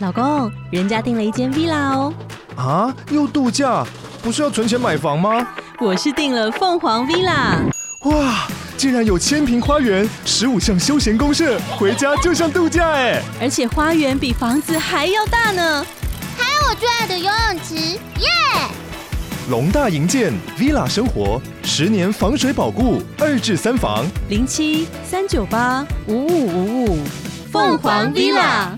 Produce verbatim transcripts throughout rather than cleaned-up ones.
老公，人家订了一间 villa 哦。 啊，又度假？不是要存钱买房吗？ 我是订了凤凰 villa。 哇，竟然有千坪花园，十五项休闲公设，回家就像度假哎！ 而且花园比房子还要大呢。 还有我最爱的游泳池，耶！ 龙大营建 villa 生活，十年防水保固，二至三房， 零七三九八五五五五，凤凰 villa。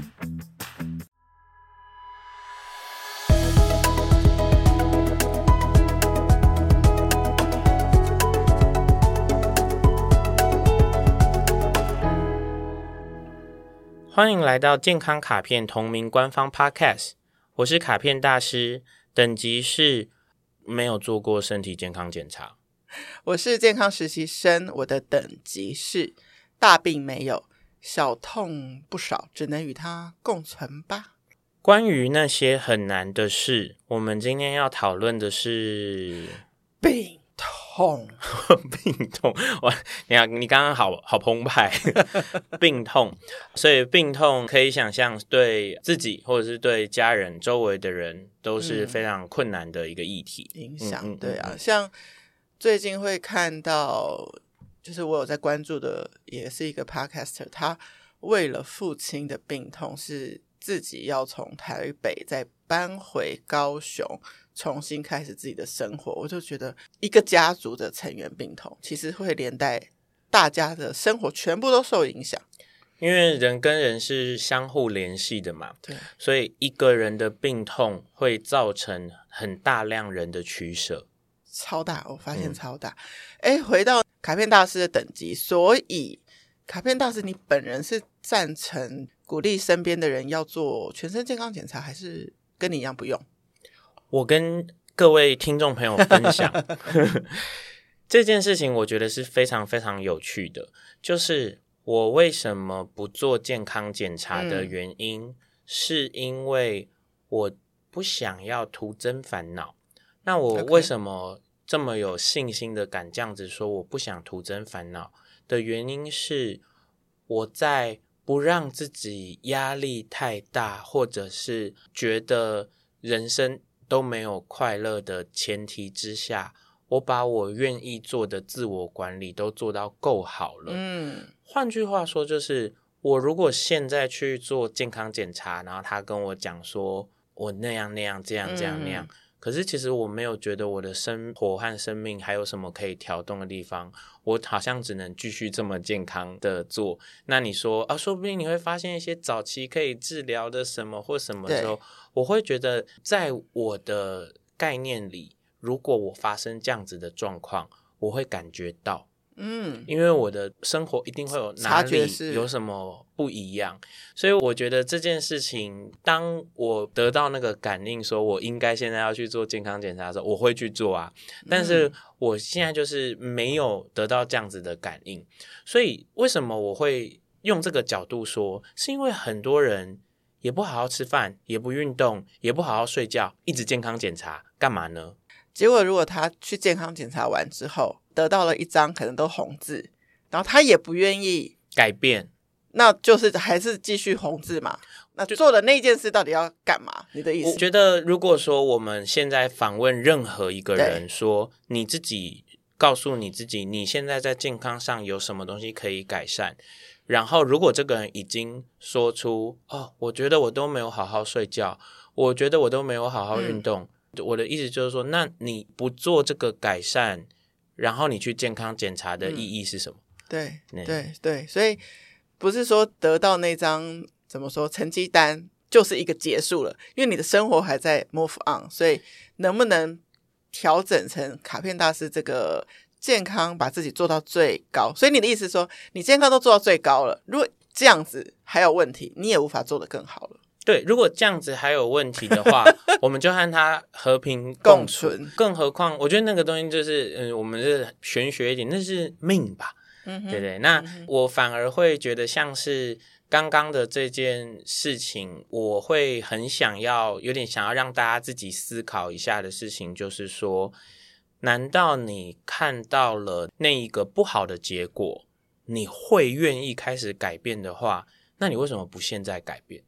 欢迎来到健康卡片同名官方 Podcast， 我是卡片大师，等级是没有做过身体健康检查。 我是健康实习生，我的等级是大病没有，小痛不少，只能与它共存吧。 关于那些很难的事，我们今天要讨论的是病痛。 病痛，哇！你看，你刚刚好好澎湃，病痛。所以病痛可以想象，对自己或者是对家人、周围的人都是非常困难的一个议题。 嗯、影响、 嗯、 对啊，嗯、像最近会看到，就是我有在关注的，也是一个 podcaster， 他为了父亲的病痛，是自己要从台北再搬回高雄。重新开始自己的生活，我就觉得一个家族的成员病痛，其实会连带大家的生活全部都受影响。 因为人跟人是相互联系的嘛， 对， 所以一个人的病痛会造成很大量人的取舍， 超大，我发现超大。哎、嗯，回到卡片大师的等级，所以卡片大师，你本人是赞成鼓励身边的人要做全身健康检查，还是跟你一样不用？ 我跟各位听众朋友分享这件事情，我觉得是非常非常有趣的，就是我为什么不做健康检查的原因、嗯、是因为我不想要徒增烦恼。那我为什么这么有信心的敢这样子说我不想徒增烦恼的原因是，我在不让自己压力太大，或者是觉得人生都没有快乐的前提之下，我把我愿意做的自我管理都做到够好了。嗯，换句话说，就是我如果现在去做健康检查，然后他跟我讲说我那样那样这样这样那样、嗯、可是其实我没有觉得我的生活和生命还有什么可以调动的地方，我好像只能继续这么健康的做。那你说啊，说不定你会发现一些早期可以治疗的什么或什么的时候，我会觉得在我的概念里，如果我发生这样子的状况，我会感觉到嗯，因为我的生活一定会有哪里有什么不一样，所以我觉得这件事情，当我得到那个感应说我应该现在要去做健康检查的时候，我会去做啊。但是我现在就是没有得到这样子的感应，所以为什么我会用这个角度说，是因为很多人也不好好吃饭，也不运动，也不好好睡觉，一直健康检查干嘛呢？ 结果如果他去健康检查完之后得到了一张可能都红字，然后他也不愿意改变， 那就是还是继续红字嘛。那做的那件事到底要干嘛？你的意思？ 我觉得如果说我们现在访问任何一个人，说你自己告诉你自己你现在在健康上有什么东西可以改善，然后如果这个人已经说出哦，我觉得我都没有好好睡觉，我觉得我都没有好好运动、嗯、我的意思就是说，那你不做这个改善，然后你去健康检查的意义是什么？ 嗯、对对对，所以不是说得到那张怎么说成绩单就是一个结束了，因为你的生活还在 move on， 所以能不能调整成卡片大师这个健康把自己做到最高？所以你的意思是说，你健康都做到最高了，如果这样子还有问题，你也无法做得更好了。 对，如果这样子还有问题的话我们就和它和平共存。更何况我觉得那个东西就是嗯，我们是玄学一点，那是命吧、嗯、对不对？那、嗯、我反而会觉得像是刚刚的这件事情，我会很想要有点想要让大家自己思考一下的事情，就是说，难道你看到了那一个不好的结果，你会愿意开始改变的话，那你为什么不现在改变？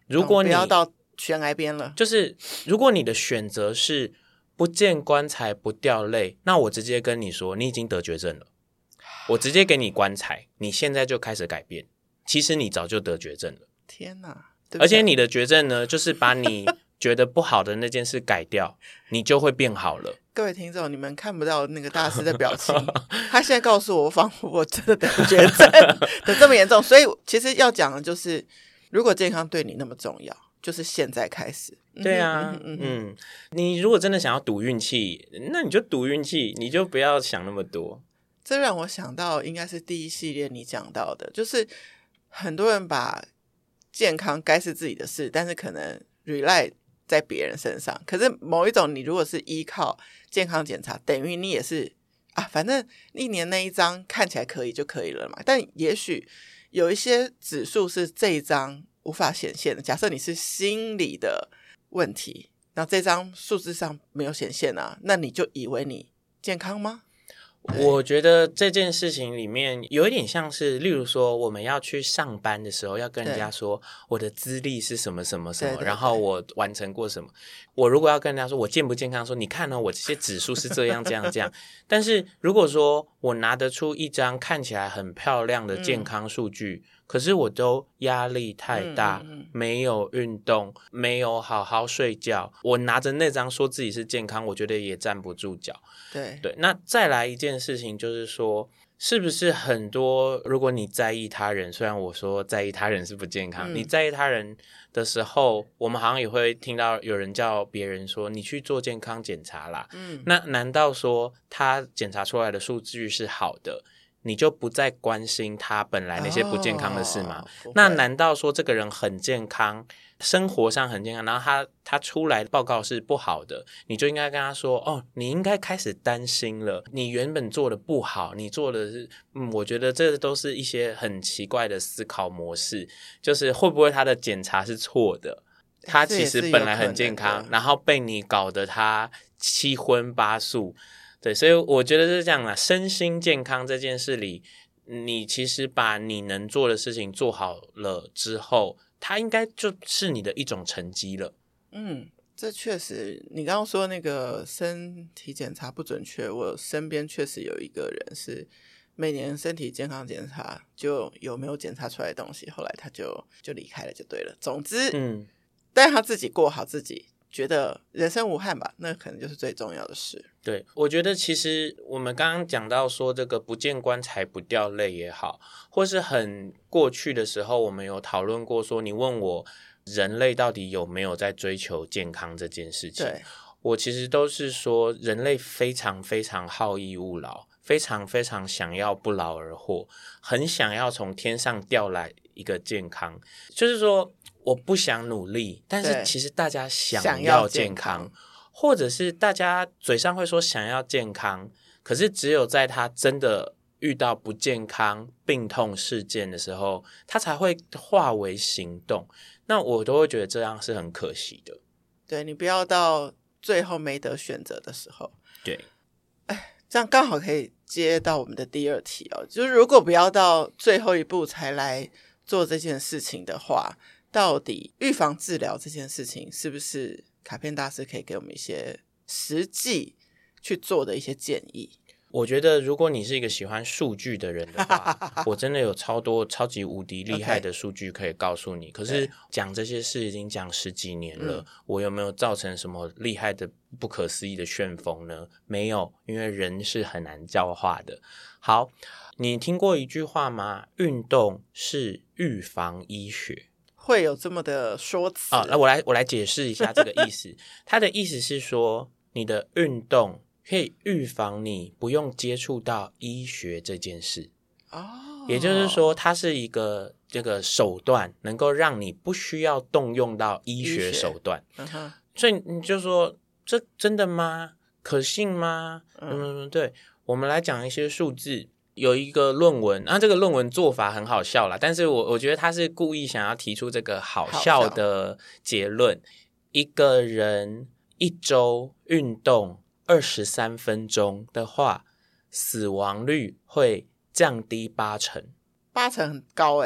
如果你不要到悬崖边了， 就是如果你的选择是不见棺材不掉泪，那我直接跟你说你已经得绝症了，我直接给你棺材，你现在就开始改变，其实你早就得绝症了。 天哪， 而且你的绝症呢，就是把你觉得不好的那件事改掉，你就会变好了。 各位听众，你们看不到那个大师的表情，他现在告诉我，仿佛我真的得绝症的这么严重。所以其实要讲的就是，如果健康对你那么重要，就是现在开始。 对啊，嗯, 嗯, 嗯，你如果真的想要赌运气，那你就赌运气，你就不要想那么多。 这让我想到，应该是第一系列你讲到的，就是很多人把健康该是自己的事，但是可能 rely 在别人身上。可是某一种，你如果是依靠健康检查，等于你也是啊，反正一年那一张看起来可以就可以了嘛。但也许有一些指数是这一张无法显现的。假设你是心理的问题，然后这张数字上没有显现啊，那你就以为你健康吗？ 我觉得这件事情里面有一点像是，例如说我们要去上班的时候要跟人家说我的资历是什么什么什么，对对对，然后我完成过什么。我如果要跟人家说我健不健康，说你看呢、哦、我这些指数是这样这样这样但是如果说我拿得出一张看起来很漂亮的健康数据、嗯、可是我都压力太大、嗯嗯嗯、没有运动，没有好好睡觉，我拿着那张说自己是健康，我觉得也站不住脚。 对对，那再来一件事情就是说，是不是很多如果你在意他人，虽然我说在意他人是不健康、嗯、你在意他人的时候，我们好像也会听到有人叫别人说你去做健康检查啦、嗯、那难道说他检查出来的数据是好的，你就不再关心他本来那些不健康的事吗、哦、那难道说这个人很健康，生活上很健康，然后他他出来的报告是不好的，你就应该跟他说哦，你应该开始担心了，你原本做的不好，你做的是嗯，我觉得这都是一些很奇怪的思考模式，就是会不会他的检查是错的，他其实本来很健康，然后被你搞得他七荤八素。对，所以我觉得是这样啦，身心健康这件事里，你其实把你能做的事情做好了之后，它应该就是你的一种成绩了。嗯， 这确实，你刚刚说那个身体检查不准确，我身边确实有一个人是每年身体健康检查就有没有检查出来的东西，后来他就就离开了就对了。总之，嗯，但他自己过好自己，觉得人生无憾吧，那可能就是最重要的事。 对，我觉得其实我们刚刚讲到说这个不见棺材不掉泪也好，或是很过去的时候我们有讨论过说，你问我人类到底有没有在追求健康这件事情， 对， 我其实都是说人类非常非常好逸恶劳，非常非常想要不劳而获，很想要从天上掉来一个健康，就是说我不想努力，但是其实大家想要健康，健康或者是大家嘴上会说想要健康，可是只有在他真的遇到不健康病痛事件的时候，他才会化为行动，那我都会觉得这样是很可惜的。 对，你不要到最后没得选择的时候。 对， 哎，这样刚好可以接到我们的第二题哦，就是如果不要到最后一步才来做这件事情的话，到底预防治疗这件事情是不是卡片大师可以给我们一些实际去做的一些建议？ 我觉得如果你是一个喜欢数据的人的话我真的有超多超级无敌厉害的数据可以告诉你、okay. 可是讲这些事已经讲十几年了、嗯、我有没有造成什么厉害的不可思议的旋风呢？没有，因为人是很难教化的。好，你听过一句话吗？运动是预防医学。 会有这么的说辞啊？那我来我来解释一下这个意思。它的意思是说，你的运动可以预防你不用接触到医学这件事。哦，也就是说，它是一个这个手段，能够让你不需要动用到医学手段。嗯哼，所以你就说，这真的吗？可信吗？嗯，对，我们来讲一些数字。有一个论文，那、啊、这个论文做法很好笑啦，但是我我觉得他是故意想要提出这个好笑的结论。一个人一周运动二十三分钟的话，死亡率会降低八成。 八成很高耶。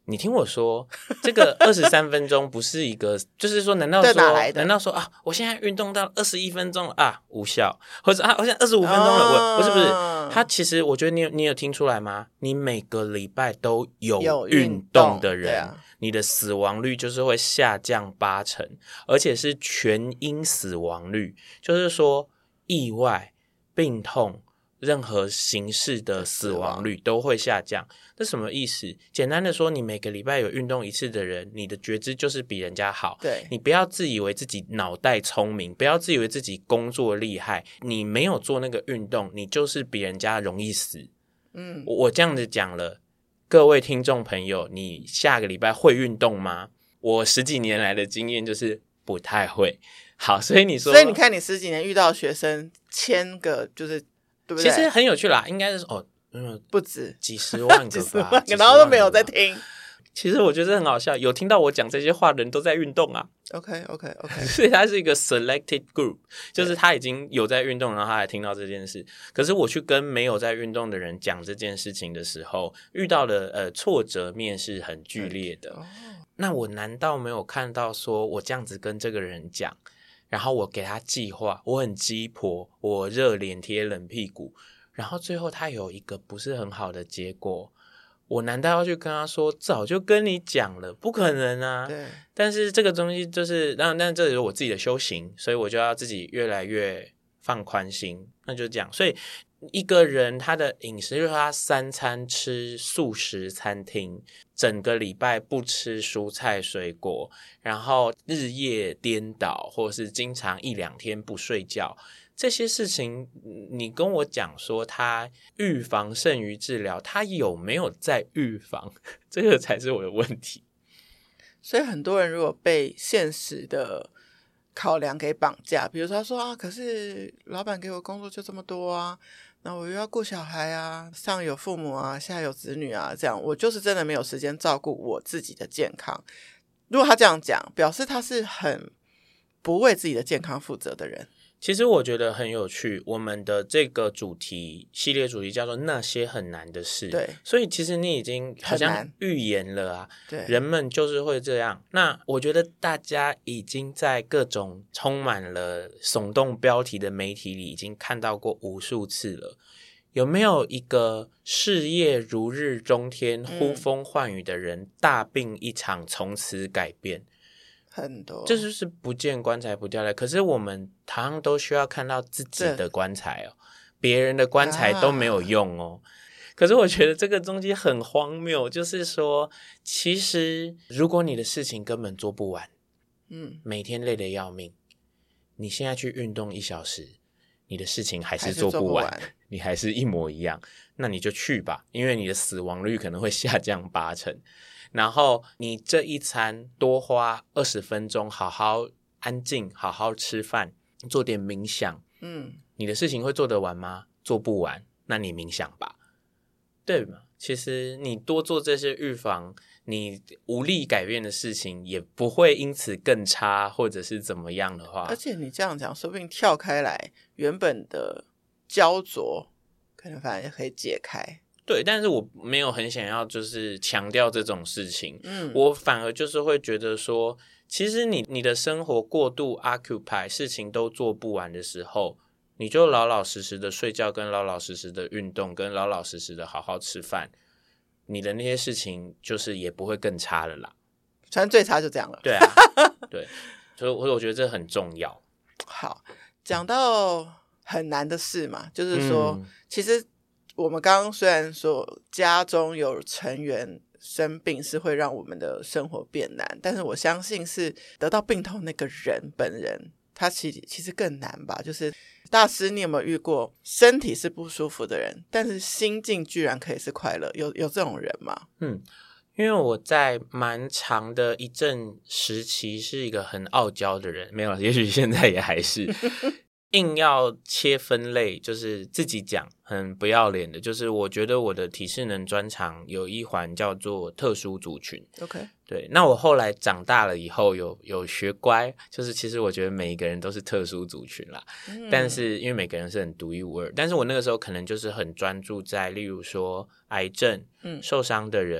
你听我说，这个二十三分钟不是一个，就是说，难道说， 哪来的难道说啊，我现在运动到二十一分钟了啊，无效，或者啊，我现在二十五分钟了，哦、我不是不是，它其实我觉得你有你有听出来吗？你每个礼拜都有运动的人， 啊、 你的死亡率就是会下降八成，而且是全因死亡率，就是说意外、病痛。任何形式的死亡率都会下降，这什么意思？简单的说，你每个礼拜有运动一次的人，你的觉知就是比人家好。 对， 你不要自以为自己脑袋聪明，不要自以为自己工作厉害，你没有做那个运动，你就是比人家容易死。嗯，我这样子讲了，各位听众朋友，你下个礼拜会运动吗？我十几年来的经验就是不太会。好，所以你说， 所以你看，你十几年遇到学生千个就是。对不对？ 其实很有趣啦，应该是哦，嗯， 不止几十万个吧， 几十万个，然后都没有在听。 其实我觉得很好笑，有听到我讲这些话的人都在运动啊。 OK OK OK， 所以他是一个 selected group， 就是他已经有在运动，然后他还听到这件事。可是我去跟没有在运动的人讲这件事情的时候，遇到的呃挫折面是很剧烈的。哦、那我难道没有看到说我这样子跟这个人讲？然后我给他计划，我很鸡婆，我热脸贴冷屁股，然后最后他有一个不是很好的结果，我难道要去跟他说早就跟你讲了？不可能啊！ 对。但是这个东西就是，当然，但这是我自己的修行，所以我就要自己越来越放宽心，那就这样。所以一个人他的饮食，就是他三餐吃素食餐厅，整个礼拜不吃蔬菜水果，然后日夜颠倒，或是经常一两天不睡觉，这些事情你跟我讲说他预防胜于治疗，他有没有在预防？这个才是我的问题。 所以很多人如果被现实的考量给绑架，比如说他说啊，可是老板给我工作就这么多啊，那我又要顾小孩啊，上有父母啊，下有子女啊，这样我就是真的没有时间照顾我自己的健康。如果他这样讲，表示他是很不为自己的健康负责的人。 其实我觉得很有趣，我们的这个主题系列主题叫做那些很难的事。 对， 所以其实你已经好像预言了啊， 对， 人们就是会这样。那我觉得大家已经在各种充满了耸动标题的媒体里已经看到过无数次了。有没有一个事业如日中天、呼风唤雨的人、嗯、大病一场从此改变？ 很多， 这就是不见棺材不掉泪。可是我们好像都需要看到自己的棺材哦，别人的棺材都没有用哦。啊、可是我觉得这个东西很荒谬，就是说，其实如果你的事情根本做不完，嗯，每天累得要命，你现在去运动一小时，你的事情还是做不完，还是做不完，你还是一模一样，那你就去吧，因为你的死亡率可能会下降八成。然后你这一餐多花二十分钟，好好安静，好好吃饭，做点冥想，嗯，你的事情会做得完吗？做不完，那你冥想吧，对吗？其实你多做这些预防，你无力改变的事情也不会因此更差，或者是怎么样的话。 而且你这样讲，说不定跳开来，原本的焦灼可能反而可以解开。 对，但是我没有很想要就是强调这种事情，嗯，我反而就是会觉得说，其实你你的生活过度 occupy， 事情都做不完的时候，你就老老实实的睡觉，跟老老实实的运动，跟老老实实的好好吃饭，你的那些事情就是也不会更差了啦。 反正最差就这样了。 对啊，对，所以我觉得这很重要。 好，讲到很难的事嘛，就是说，嗯、其实。我们刚刚虽然说家中有成员生病是会让我们的生活变难，但是我相信是得到病痛那个人本人他其实其实更难吧。就是大师，你有没有遇过身体是不舒服的人，但是心境居然可以是快乐？有有这种人吗？ 嗯，因为我在蛮长的一阵时期是一个很傲娇的人，没有，也许现在也还是。硬要切分类，就是自己讲很不要脸的，就是我觉得我的体适能专长有一环叫做特殊族群。 OK， 对，那我后来长大了以后有有学乖，就是其实我觉得每一个人都是特殊族群啦、嗯、但是因为每个人是很独一无二，但是我那个时候可能就是很专注在例如说癌症、嗯、受伤的人，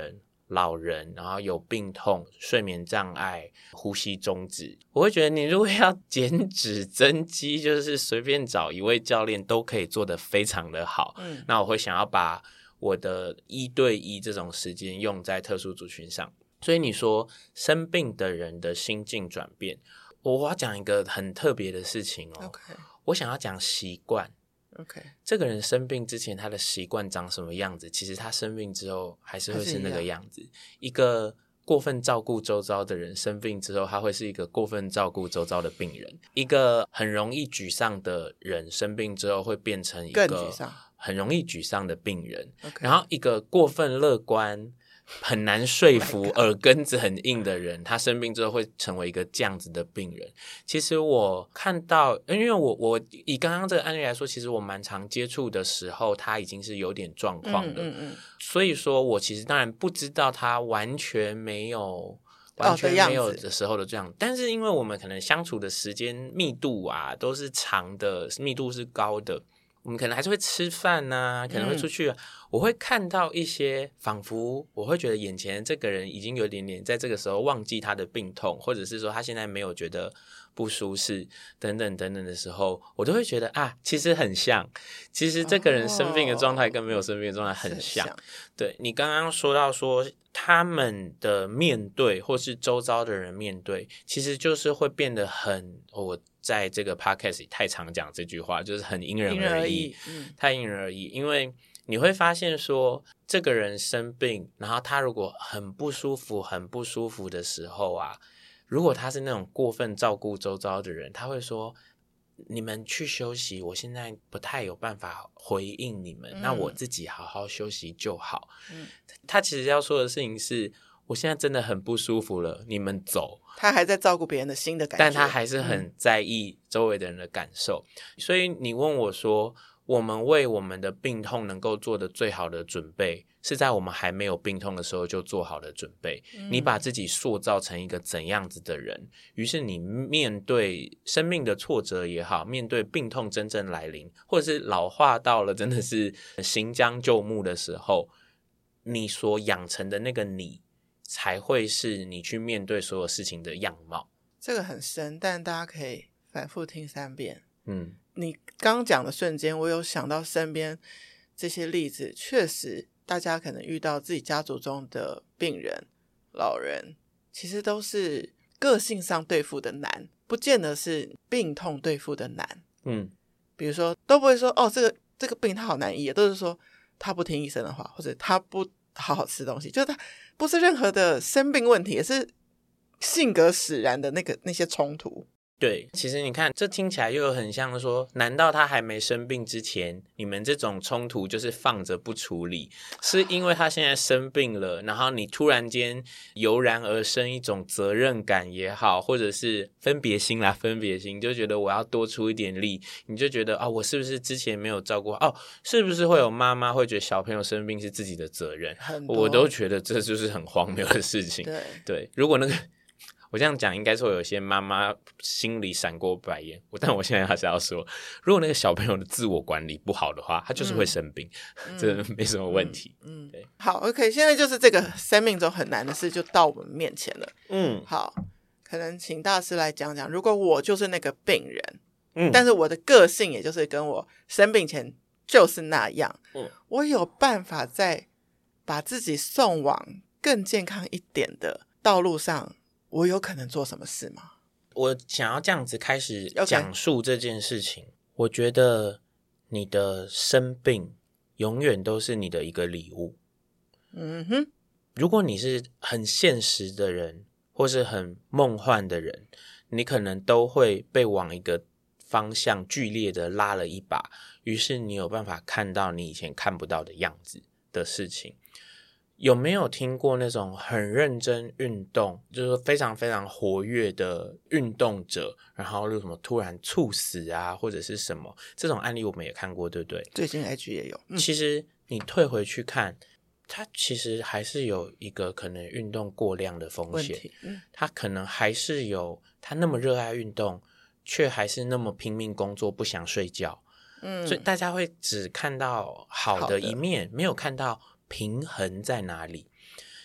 老人，然后有病痛、睡眠障碍、呼吸中止，我会觉得你如果要减脂增肌，就是随便找一位教练都可以做得非常的好。嗯，那我会想要把我的一对一这种时间用在特殊族群上。所以你说生病的人的心境转变，我要讲一个很特别的事情哦。 Okay. 我想要讲习惯。 OK， 这个人生病之前他的习惯长什么样子，其实他生病之后还是会是那个样子。一个过分照顾周遭的人生病之后，他会是一个过分照顾周遭的病人。一个很容易沮丧的人生病之后会变成一个很容易沮丧的病人。 Okay. 然后一个过分乐观很难说服、耳根子很硬的人，他生病之后会成为一个这样子的病人。其实我看到，因为我我以刚刚这个案例来说，其实我蛮常接触的时候，他已经是有点状况的。嗯嗯嗯，所以说我其实当然不知道他完全没有完全没有的时候的这样，但是因为我们可能相处的时间密度啊都是长的，密度是高的，我们可能还是会吃饭啊，可能会出去、啊嗯、我会看到一些仿佛我会觉得眼前这个人已经有点点在这个时候忘记他的病痛，或者是说他现在没有觉得不舒适等等等等的时候，我都会觉得啊，其实很像，其实这个人生病的状态跟没有生病的状态很像、哦、对，你刚刚说到说他们的面对或是周遭的人面对，其实就是会变得很，我在这个 podcast 里太常讲这句话，就是很因人而异，嗯、太因人而异。因为你会发现说这个人生病，然后他如果很不舒服很不舒服的时候啊，如果他是那种过分照顾周遭的人，他会说你们去休息，我现在不太有办法回应你们、嗯、那我自己好好休息就好、嗯、他其实要说的事情是我现在真的很不舒服了，你们走。他还在照顾别人的心的感觉，但他还是很在意周围的人的感受、嗯、所以你问我说我们为我们的病痛能够做的最好的准备是在我们还没有病痛的时候就做好的准备、嗯、你把自己塑造成一个怎样子的人，于是你面对生命的挫折也好，面对病痛真正来临，或者是老化到了真的是行将就木的时候，你所养成的那个你才会是你去面对所有事情的样貌。这个很深，但大家可以反复听三遍。嗯，你刚刚讲的瞬间我有想到身边这些例子，确实大家可能遇到自己家族中的病人老人，其实都是个性上对付的难，不见得是病痛对付的难。嗯，比如说都不会说哦这个这个病他好难医，都是说他不听医生的话，或者他不好好吃东西，就是他不是任何的生病问题，也是性格使然的那个那些冲突。对，其实你看这听起来又有很像说，难道他还没生病之前你们这种冲突就是放着不处理，是因为他现在生病了，然后你突然间油然而生一种责任感也好，或者是分别心啦，分别心就觉得我要多出一点力，你就觉得啊、哦，我是不是之前没有照顾好，哦，是不是会有妈妈会觉得小朋友生病是自己的责任，我都觉得这就是很荒谬的事情。对对，如果那个我这样讲应该说有些妈妈心里闪过白眼，但我现在还是要说，如果那个小朋友的自我管理不好的话，他就是会生病，嗯、这没什么问题。嗯，对。好 ，OK， 现在就是这个生命中很难的事就到我们面前了。嗯，好，可能请大师来讲讲，如果我就是那个病人，嗯，但是我的个性也就是跟我生病前就是那样，嗯，我有办法再把自己送往更健康一点的道路上，我有可能做什么事吗？我想要这样子开始讲述这件事情、okay. 我觉得你的生病永远都是你的一个礼物。嗯哼，如果你是很现实的人或是很梦幻的人，你可能都会被往一个方向剧烈的拉了一把，于是你有办法看到你以前看不到的样子的事情。有没有听过那种很认真运动，就是非常非常活跃的运动者，然后什么突然猝死啊或者是什么，这种案例我们也看过，对不对？最近 H 也有、嗯、其实你退回去看，他其实还是有一个可能运动过量的风险、嗯、他可能还是有，他那么热爱运动却还是那么拼命工作不想睡觉、嗯、所以大家会只看到好的一面，没有看到平衡在哪里。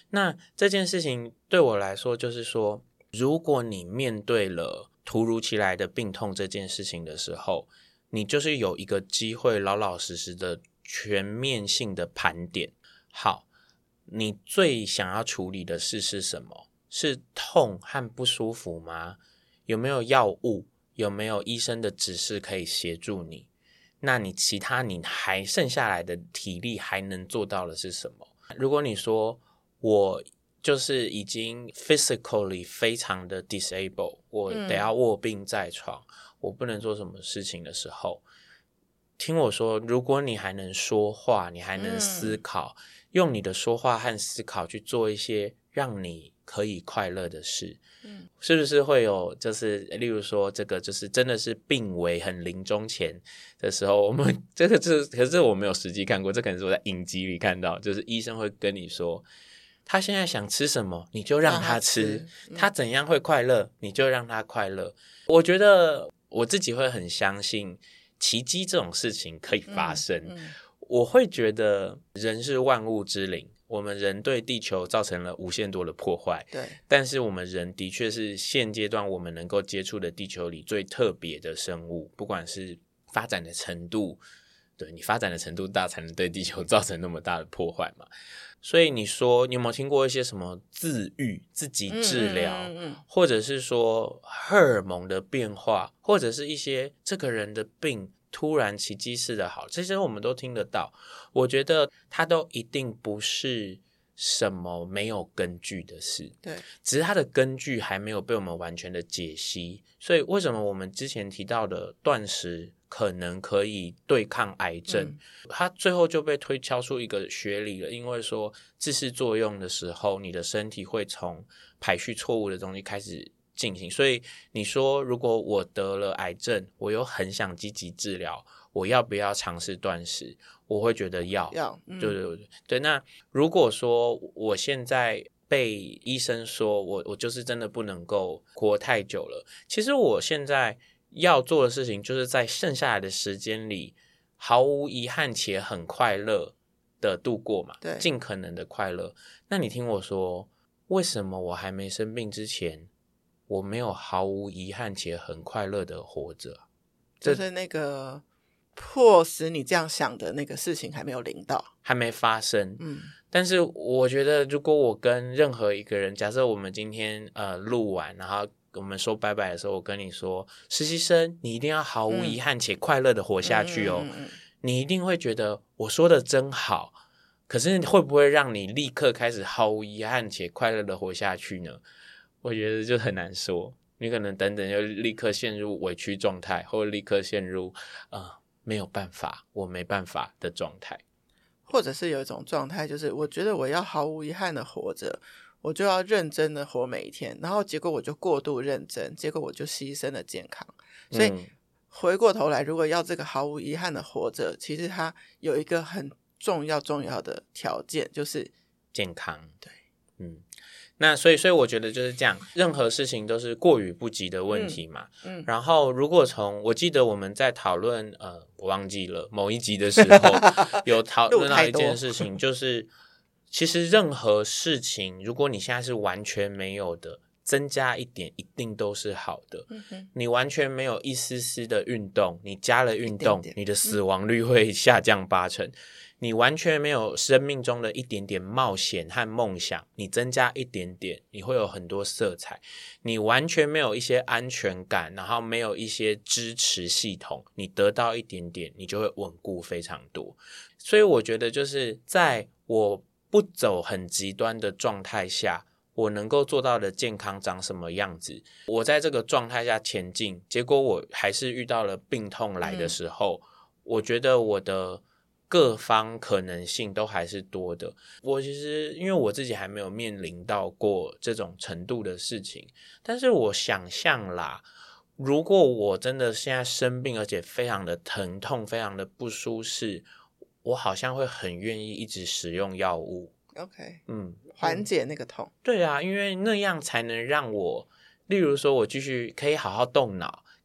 那这件事情对我来说就是说，如果你面对了突如其来的病痛这件事情的时候，你就是有一个机会老老实实的全面性的盘点。好，你最想要处理的事是什么？是痛和不舒服吗？有没有药物？有没有医生的指示可以协助你？那你其他你还剩下来的体力还能做到的是什么？如果你说我就是已经 physically 非常的 disable， 我得要卧病在床、嗯、我不能做什么事情的时候，听我说，如果你还能说话，你还能思考、嗯、用你的说话和思考去做一些让你可以快乐的事、嗯、是不是会有就是例如说这个就是真的是病危很临终前的时候，我们这个是可是我没有实际看过，这可能是我在影集里看到，就是医生会跟你说他现在想吃什么你就让他吃, 让他, 吃、嗯、他怎样会快乐你就让他快乐。我觉得我自己会很相信奇迹这种事情可以发生、嗯嗯、我会觉得人是万物之灵，我们人对地球造成了无限多的破坏，对，但是我们人的确是现阶段我们能够接触的地球里最特别的生物，不管是发展的程度，对，你发展的程度大才能对地球造成那么大的破坏嘛。所以你说你有没有听过一些什么自愈自己治疗、嗯嗯嗯嗯、或者是说荷尔蒙的变化，或者是一些这个人的病突然奇迹似的好，这些我们都听得到。我觉得它都一定不是什么没有根据的事，对，只是它的根据还没有被我们完全的解析。所以为什么我们之前提到的断食可能可以对抗癌症、嗯、它最后就被推敲出一个学理了，因为说自噬作用的时候你的身体会从排序错误的东西开始进行。所以你说如果我得了癌症，我又很想积极治疗，我要不要尝试断食？我会觉得要要、嗯、对对对对。那如果说我现在被医生说我我就是真的不能够活太久了，其实我现在要做的事情就是在剩下来的时间里毫无遗憾且很快乐的度过嘛，对，尽可能的快乐。那你听我说，为什么我还没生病之前我没有毫无遗憾且很快乐的活着？ 就是那个迫使你这样想的那个事情还没有临到， 还没发生。嗯，但是我觉得如果我跟任何一个人，假设我们今天呃录完然后我们说拜拜的时候，我跟你说实习生你一定要毫无遗憾且快乐的活下去哦、嗯嗯嗯嗯、你一定会觉得我说的真好，可是会不会让你立刻开始毫无遗憾且快乐的活下去呢？我觉得就很难说，你可能等等就立刻陷入委屈状态，或立刻陷入呃没有办法我没办法的状态。 或者是有一种状态就是我觉得我要毫无遗憾的活着，我就要认真的活每一天，然后结果我就过度认真，结果我就牺牲了健康。所以回过头来，如果要这个毫无遗憾的活着，其实它有一个很重要重要的条件，就是健康。对，嗯，那所以所以我觉得就是这样，任何事情都是过与不及的问题嘛。嗯，嗯然后如果从我记得我们在讨论呃我忘记了某一集的时候有讨论到一件事情，就是其实任何事情如果你现在是完全没有的，增加一点一定都是好的、嗯、你完全没有一丝丝的运动，你加了运动点点你的死亡率会下降八成、嗯、你完全没有生命中的一点点冒险和梦想，你增加一点点你会有很多色彩。你完全没有一些安全感，然后没有一些支持系统，你得到一点点你就会稳固非常多。所以我觉得就是在我不走很极端的状态下，我能够做到的健康长什么样子，我在这个状态下前进，结果我还是遇到了病痛来的时候、嗯、我觉得我的各方可能性都还是多的。我其实因为我自己还没有面临到过这种程度的事情，但是我想象啦，如果我真的现在生病而且非常的疼痛非常的不舒适，我好像会很愿意一直使用药物。 OK， 嗯，缓解那个痛。 对啊，因为那样才能让我，例如说我继续可以好好动脑，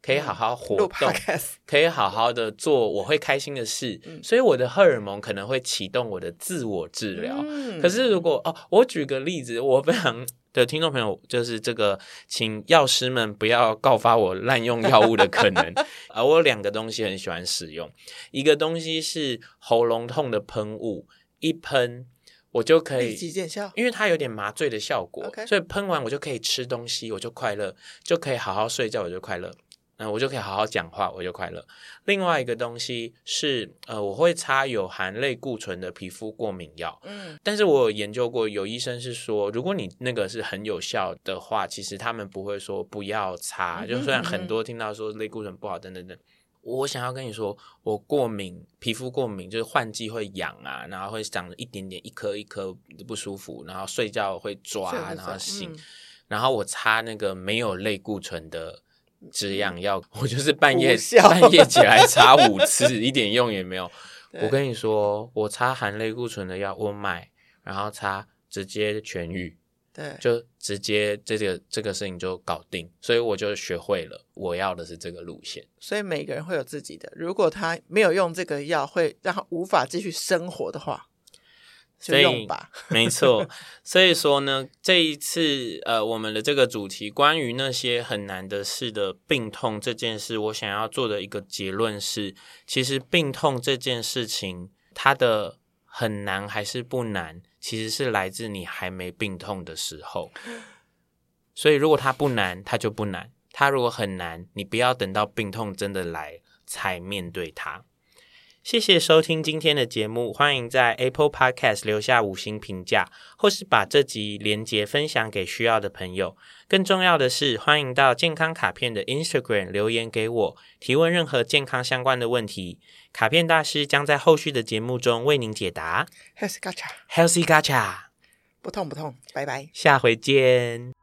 可以好好活录动， podcast 可以好好的做我会开心的事， 嗯所以我的荷尔蒙可能会启动我的自我治疗。 嗯可是如果哦，我举个例子，我非常的听众朋友，就是这个，请药师们不要告发我滥用药物的可能。啊，我有两个东西很喜欢使用，一个东西是喉咙痛的喷雾，一喷我就可以立即见效， 因为它有点麻醉的效果 OK 所以喷完我就可以吃东西，我就快乐，就可以好好睡觉，我就快乐。嗯，我就可以好好讲话，我就快乐。另外一个东西是，呃，我会擦有含类固醇的皮肤过敏药。 嗯， 但是我有研究过，有医生是说，如果你那个是很有效的话，其实他们不会说不要擦。 嗯哼就虽然很多听到说类固醇不好等等等，我想要跟你说，我过敏，皮肤过敏就是换季会痒啊，然后会长一点点一颗一颗不舒服，然后睡觉会抓， 睡不着然后醒， 嗯然后我擦那个没有类固醇的止痒药，我就是半夜无效半夜起来擦五次，一点用也没有。 对我跟你说，我擦含类固醇的药，我买，然后擦直接痊愈， 对， 就直接这个这个事情就搞定，所以我就学会了，我要的是这个路线。 所以每个人会有自己的，如果他没有用这个药会让他无法继续生活的话，就所以用吧。 没错，所以说呢，这一次呃，我们的这个主题关于那些很难的事的病痛这件事，我想要做的一个结论是，其实病痛这件事情，它的很难还是不难，其实是来自你还没病痛的时候。所以如果它不难，它就不难；它如果很难，你不要等到病痛真的来才面对它。谢谢收听今天的节目，欢迎在 Apple Podcast 留下五星评价，或是把这集连结分享给需要的朋友。更重要的是，欢迎到健康卡片的 Instagram 留言给我，提问任何健康相关的问题，卡片大师将在后续的节目中为您解答。 Healthy Gacha， Healthy Gacha， 不痛不痛，拜拜。 下回见。